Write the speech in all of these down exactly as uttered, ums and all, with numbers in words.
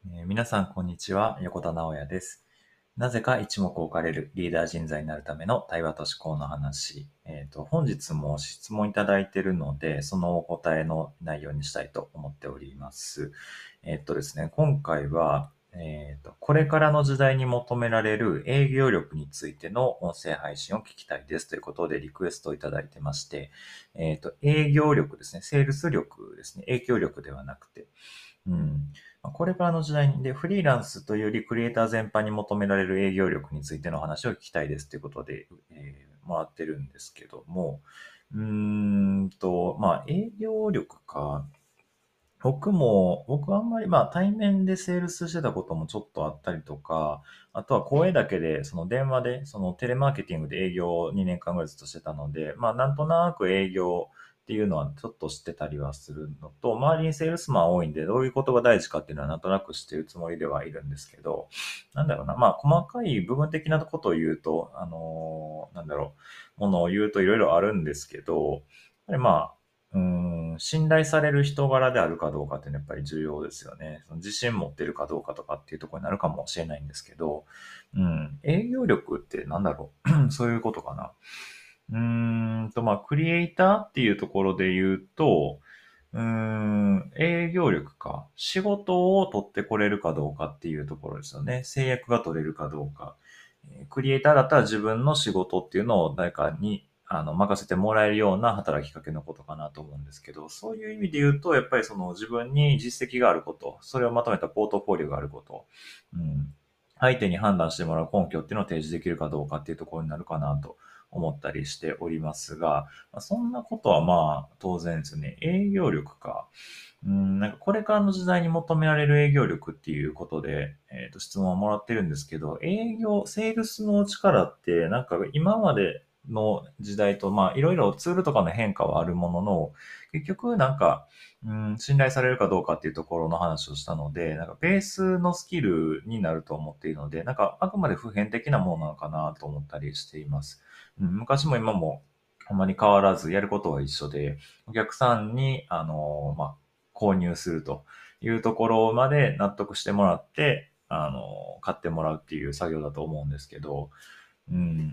えー皆さん、こんにちは。横田直也です。なぜか一目置かれるリーダー人材になるための対話と思考の話。えっと、本日も質問いただいているので、そのお答えの内容にしたいと思っております。えっとですね、今回は、えっと、これからの時代に求められる営業力についての音声配信を聞きたいですということでリクエストをいただいてまして、えっと、営業力ですね、セールス力ですね、影響力ではなくて、うん。まあこれからの時代に、で、フリーランスというよりクリエイター全般に求められる営業力についての話を聞きたいですということで、えーもらってるんですけども、うーんと、まあ、営業力か。僕も、僕はあんまり、まあ、対面でセールスしてたこともちょっとあったりとか、あとは声だけで、その電話で、そのテレマーケティングで営業をにねんかんぐらいずっとしてたので、まあ、なんとなく営業っていうのはちょっと知ってたりはするのと、周りにセールスマン多いんで、どういうことが大事かっていうのはなんとなく知ってるつもりではいるんですけど、なんだろうな、まあ、細かい部分的なことを言うと、あのーなんだろう、ものを言うといろいろあるんですけど、やっぱりまあ、うーん、信頼される人柄であるかどうかっていうのはやっぱり重要ですよね。その自信持ってるかどうかとかっていうところになるかもしれないんですけど、うん、営業力ってなんだろうそういうことかな。うーんと、まあ、クリエイターっていうところで言うと、うーん、営業力か。仕事を取ってこれるかどうかっていうところですよね。制約が取れるかどうか。えークリエイターだったら自分の仕事っていうのを誰かにあの任せてもらえるような働きかけのことかなと思うんですけど、そういう意味で言うと、やっぱりその自分に実績があること、それをまとめたポートフォリオがあること、うん、相手に判断してもらう根拠っていうのを提示できるかどうかっていうところになるかなと思ったりしておりますが、まあそんなことはまあ当然ですね。営業力か。うん、なんかこれからの時代に求められる営業力っていうことで、えっと、質問をもらってるんですけど、営業、セールスの力って、なんか今までの時代と、まあいろいろツールとかの変化はあるものの、結局なんか、うん、信頼されるかどうかっていうところの話をしたので、なんかベースのスキルになると思っているので、なんかあくまで普遍的なものなのかなと思ったりしています。うん、昔も今もあまり変わらずやることは一緒で、お客さんに、あの、まあ、購入するというところまで納得してもらって、あの、買ってもらうっていう作業だと思うんですけど、うん。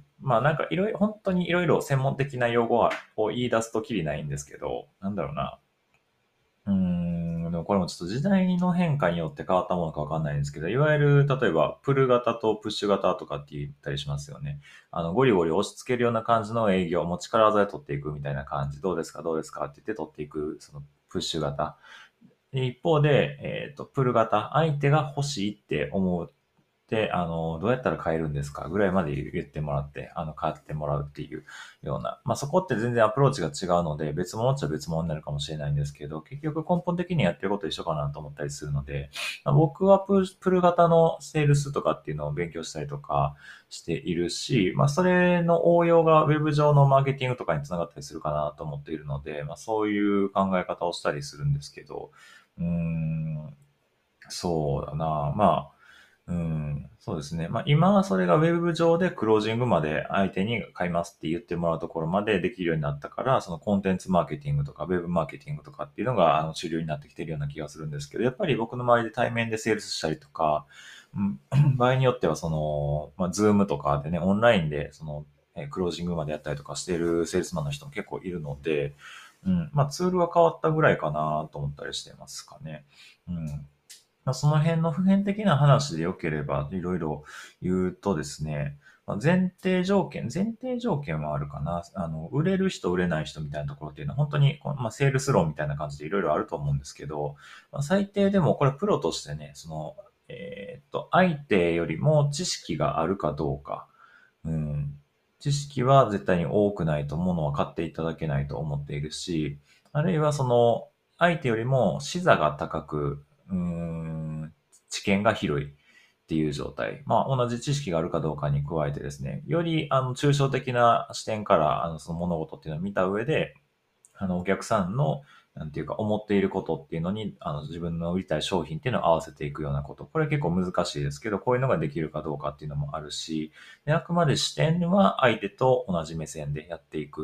まあなんかいろいろ、本当にいろいろ専門的な用語を言い出すときりないんですけど、なんだろうな。うーん、でもこれもちょっと時代の変化によって変わったものかわかんないんですけど、いわゆる、例えば、プル型とプッシュ型とかって言ったりしますよね。あの、ゴリゴリ押し付けるような感じの営業、もう力技で取っていくみたいな感じ、どうですか、どうですかって言って取っていく、その、プッシュ型。で一方で、えっと、プル型、相手が欲しいって思うで、あの、どうやったら買えるんですかぐらいまで言ってもらって、あの、買ってもらうっていうような。まあ、そこって全然アプローチが違うので、別物っちゃ別物になるかもしれないんですけど、結局根本的にやってること一緒かなと思ったりするので、まあ、僕はプルプル型のセールスとかっていうのを勉強したりとかしているし、まあ、それの応用がウェブ上のマーケティングとかにつながったりするかなと思っているので、まあ、そういう考え方をしたりするんですけど、うーん、そうだな。まあ、うん、そうですね。まあ、今はそれがウェブ上でクロージングまで相手に買いますって言ってもらうところまでできるようになったから、そのコンテンツマーケティングとかウェブマーケティングとかっていうのがあの主流になってきてるような気がするんですけど、やっぱり僕の周りで対面でセールスしたりとか、うん、場合によってはその、まあ、ズームとかでね、オンラインでその、えークロージングまでやったりとかしているセールスマンの人も結構いるので、うん、まあツールは変わったぐらいかなと思ったりしてますかね。うん。まあ、その辺の普遍的な話で良ければ、いろいろ言うとですね、まあ、前提条件、前提条件はあるかな。あの、売れる人、売れない人みたいなところっていうのは、本当に、このまあ、セールス論みたいな感じでいろいろあると思うんですけど、まあ、最低でもこれプロとしてね、その、えーっと、相手よりも知識があるかどうか。うん。知識は絶対に多くないと物は買っていただけないと思っているし、あるいはその、相手よりも視座が高く、うーん、知見が広いっていう状態。まあ、同じ知識があるかどうかに加えてですね、より、あの、抽象的な視点から、あの、その物事っていうのを見た上で、あの、お客さんの、なんていうか、思っていることっていうのに、あの、自分の売りたい商品っていうのを合わせていくようなこと。これ結構難しいですけど、こういうのができるかどうかっていうのもあるし、であくまで視点は相手と同じ目線でやっていく。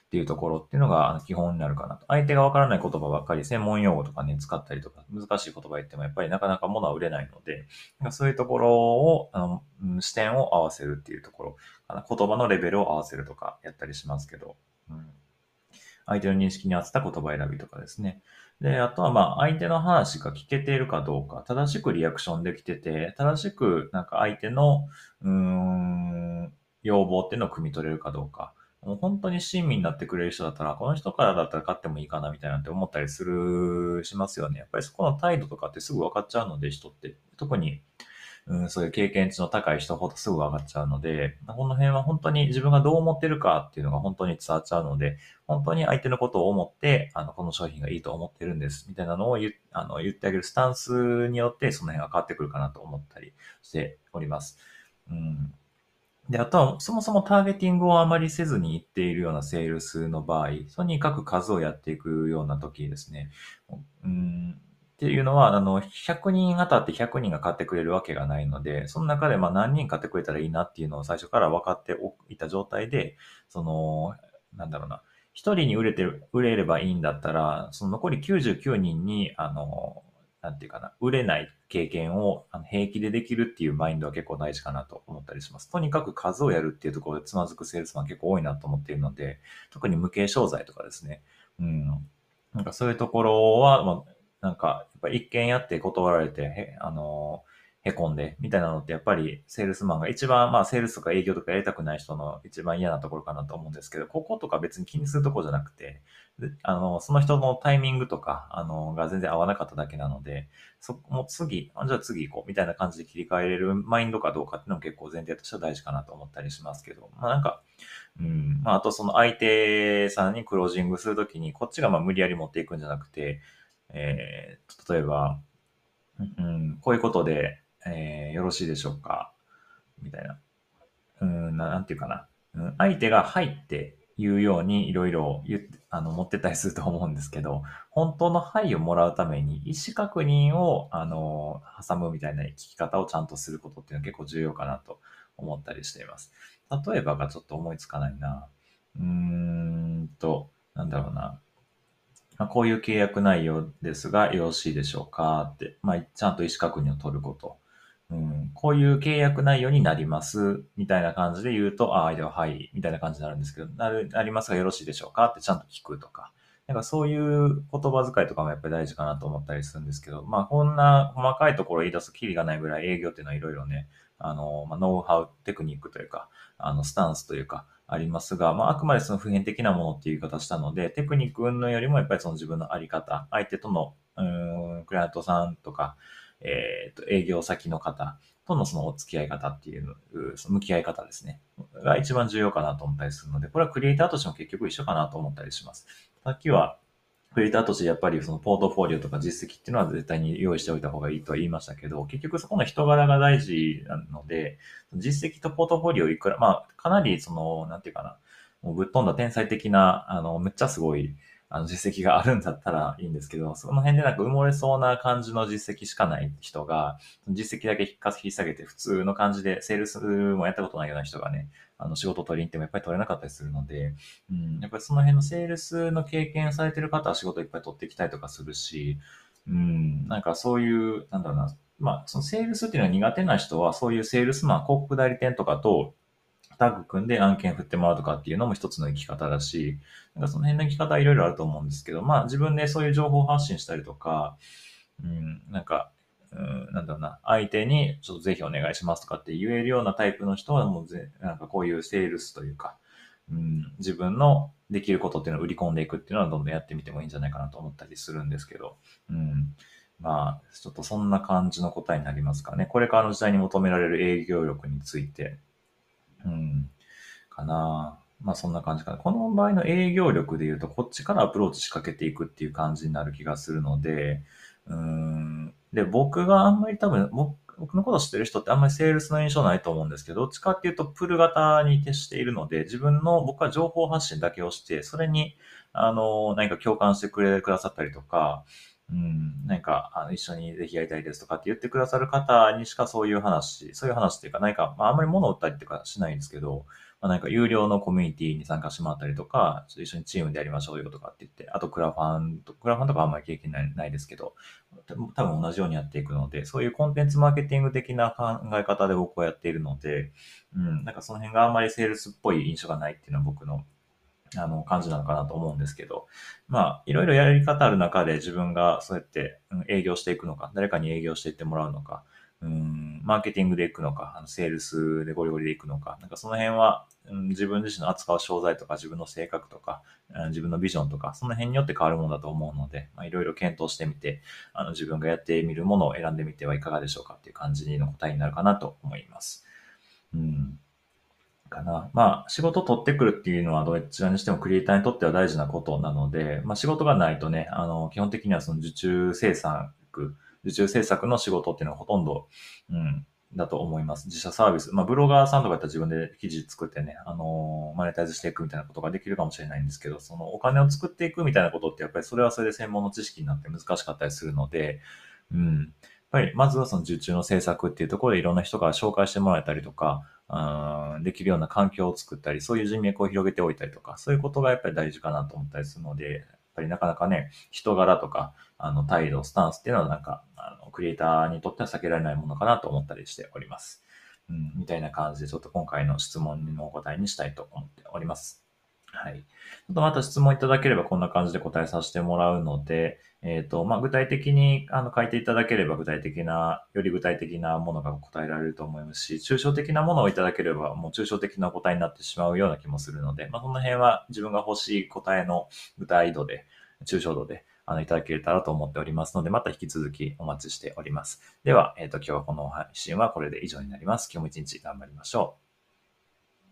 っていうところっていうのがあの基本になるかなと。相手がわからない言葉ばっかり、専門用語とかね、使ったりとか、難しい言葉言ってもやっぱりなかなか物は売れないので、そういうところを、あの、うん視点を合わせるっていうところかな。言葉のレベルを合わせるとかやったりしますけど、うん、相手の認識に合わせた言葉選びとかですね。で、あとはまあ、相手の話が聞けているかどうか、正しくリアクションできてて、正しくなんか相手の、うーん、要望っていうのを汲み取れるかどうか。もう本当に親身になってくれる人だったら、この人からだったら買ってもいいかなみたいなって思ったりする、しますよね。やっぱりそこの態度とかってすぐ分かっちゃうので、人って。特にうん、そういう経験値の高い人ほどすぐ上がっちゃうので、この辺は本当に自分がどう思ってるかっていうのが本当に伝わっちゃうので、本当に相手のことを思って、あの、この商品がいいと思ってるんです、みたいなのを言あの言ってあげるスタンスによって、その辺が変わってくるかなと思ったりしております。うん。で、あとは、そもそもターゲティングをあまりせずにいっているようなセールスの場合、とにかく数をやっていくような時ですね。うん、っていうのは、あの、ひゃくにん当たってひゃくにんが買ってくれるわけがないので、その中でまあ何人買ってくれたらいいなっていうのを最初から分かっておいた状態で、その、なんだろうな、一人に売れてる、売れればいいんだったら、その残りきゅうじゅうきゅうにんに、あの、なんていうかな、売れない経験をあの平気でできるっていうマインドは結構大事かなと思ったりします。とにかく数をやるっていうところでつまずくセールスマン結構多いなと思っているので、特に無形商材とかですね。うん。なんかそういうところは、まあ、なんか、やっぱ一件やって断られて、へ、あのへこんで、みたいなのってやっぱりセールスマンが一番、まあセールスとか営業とかやりたくない人の一番嫌なところかなと思うんですけど、こことか別に気にするところじゃなくて、であの、その人のタイミングとか、あの、が全然合わなかっただけなので、そ、もう次、あじゃあ次行こう、みたいな感じで切り替えれるマインドかどうかっていうのも結構前提としては大事かなと思ったりしますけど、まあなんか、うん、まああとその相手さんにクロージングするときに、こっちがまあ無理やり持っていくんじゃなくて、えー、例えば、うん、こういうことで、えー、よろしいでしょうかみたいな。うん、ななんていうかな。うん、相手が入って言うようにいろいろ言って、あの、持ってたりすると思うんですけど、本当のはいをもらうために意思確認を、あの、挟むみたいな聞き方をちゃんとすることっていうのは結構重要かなと思ったりしています。例えばがちょっと思いつかないな。うーんと、なんだろうな。まあ、こういう契約内容ですが、よろしいでしょうかって、まあ、ちゃんと意思確認を取ること。うん、こういう契約内容になります、みたいな感じで言うと、ああ、相手ははい、みたいな感じになるんですけど、なる、なりますがよろしいでしょうかってちゃんと聞くとか。なんかそういう言葉遣いとかもやっぱり大事かなと思ったりするんですけど、まあこんな細かいところを言い出すきりがないぐらい営業っていうのはいろいろね、あの、まあ、ノウハウ、テクニックというか、あの、スタンスというか、ありますが、まあ、あくまでその普遍的なものっていう言い方したので、テクニック云々よりもやっぱりその自分のあり方、相手との、うーん、クライアントさんとか、えっと、営業先の方とのそのお付き合い方っていう、その向き合い方ですね。が一番重要かなと思ったりするので、これはクリエイターとしても結局一緒かなと思ったりします。さっきは、クリエイターとしてやっぱりそのポートフォリオとか実績っていうのは絶対に用意しておいた方がいいとは言いましたけど、結局そこの人柄が大事なので、実績とポートフォリオいくら、まあ、かなりその、なんていうかな、もうぶっ飛んだ天才的な、あの、めっちゃすごい、あの、実績があるんだったらいいんですけど、その辺でなんか埋もれそうな感じの実績しかない人が、実績だけ引っか引っ提げて普通の感じで、セールスもやったことないような人がね、あの、仕事を取りに行ってもやっぱり取れなかったりするので、うん、やっぱりその辺のセールスの経験されてる方は仕事いっぱい取っていきたいとかするし、うん、なんかそういう、なんだろうな、まあ、そのセールスっていうのは苦手な人は、そういうセールスマン、広告代理店とかとタッグ組んで案件振ってもらうとかっていうのも一つの生き方だし、なんかその辺の生き方はいろいろあると思うんですけど、まあ自分でそういう情報発信したりとか、うん、なんか、うん、なんだろうな、相手にちょっとぜひお願いしますとかって言えるようなタイプの人はもうぜ、なんかこういうセールスというか、うん、自分のできることっていうのを売り込んでいくっていうのはどんどんやってみてもいいんじゃないかなと思ったりするんですけど、うん。まあ、ちょっとそんな感じの答えになりますかね。これからの時代に求められる営業力について、うん、かな。まあそんな感じかな。この場合の営業力で言うと、こっちからアプローチ仕掛けていくっていう感じになる気がするので、うーん。で、僕があんまり多分、僕僕のこと知ってる人ってあんまりセールスの印象ないと思うんですけど、どっちかっていうとプル型に徹しているので、自分の、僕は情報発信だけをして、それに、あの、何か共感してくれ、くださったりとか、うん、何か、あの、一緒にぜひやりたいですとかって言ってくださる方にしかそういう話、そういう話っていうか、何か、まあ、あんまり物を売ったりとかしないんですけど、 まあ、なんか有料のコミュニティに参加してもらったりとか、ちょっと一緒にチームでやりましょうよとかって言って、あとクラファンと、クラファンとかあんまり経験ない、ないですけど、多分同じようにやっていくので、そういうコンテンツマーケティング的な考え方で僕はやっているので、うん、なんかその辺があんまりセールスっぽい印象がないっていうのは僕のあの、感じなのかなと思うんですけど、まあ、いろいろやり方ある中で自分がそうやってうん営業していくのか、誰かに営業していってもらうのか、うん、マーケティングでいくのか、あのセールスでゴリゴリでいくのか、なんかその辺は、うん、自分自身の扱う商材とか自分の性格とか、うん自分のビジョンとか、その辺によって変わるものだと思うので、まあ、いろいろ検討してみて、あの、自分がやってみるものを選んでみてはいかがでしょうかっていう感じの答えになるかなと思います。うん。かな。まあ、仕事取ってくるっていうのはどちらにしてもクリエイターにとっては大事なことなので、まあ仕事がないとね、あの、基本的にはその受注制作、受注制作の仕事っていうのはほとんど、うん、だと思います。自社サービス。まあ、ブロガーさんとかやったら自分で記事作ってね、あのマネタイズしていくみたいなことができるかもしれないんですけど、そのお金を作っていくみたいなことってやっぱりそれはそれで専門の知識になって難しかったりするので、うん。やっぱりまずはその受注の制作っていうところでいろんな人から紹介してもらえたりとか、うん、できるような環境を作ったり、そういう人脈を広げておいたりとか、そういうことがやっぱり大事かなと思ったりするので、やっぱりなかなかね、人柄とか、あの、態度、スタンスっていうのはなんか、あの、クリエイターにとっては避けられないものかなと思ったりしております。うん、みたいな感じで、ちょっと今回の質問のお答えにしたいと思っております。はい。ちょっとまた質問いただければこんな感じで答えさせてもらうので、えっ、と、まあ、具体的にあの書いていただければ具体的な、より具体的なものが答えられると思いますし、抽象的なものをいただければもう抽象的な答えになってしまうような気もするので、まあ、その辺は自分が欲しい答えの具体度で、抽象度で、あの、いただけたらと思っておりますので、また引き続きお待ちしております。では、えっ、と、今日はこの配信はこれで以上になります。今日も一日頑張りましょう。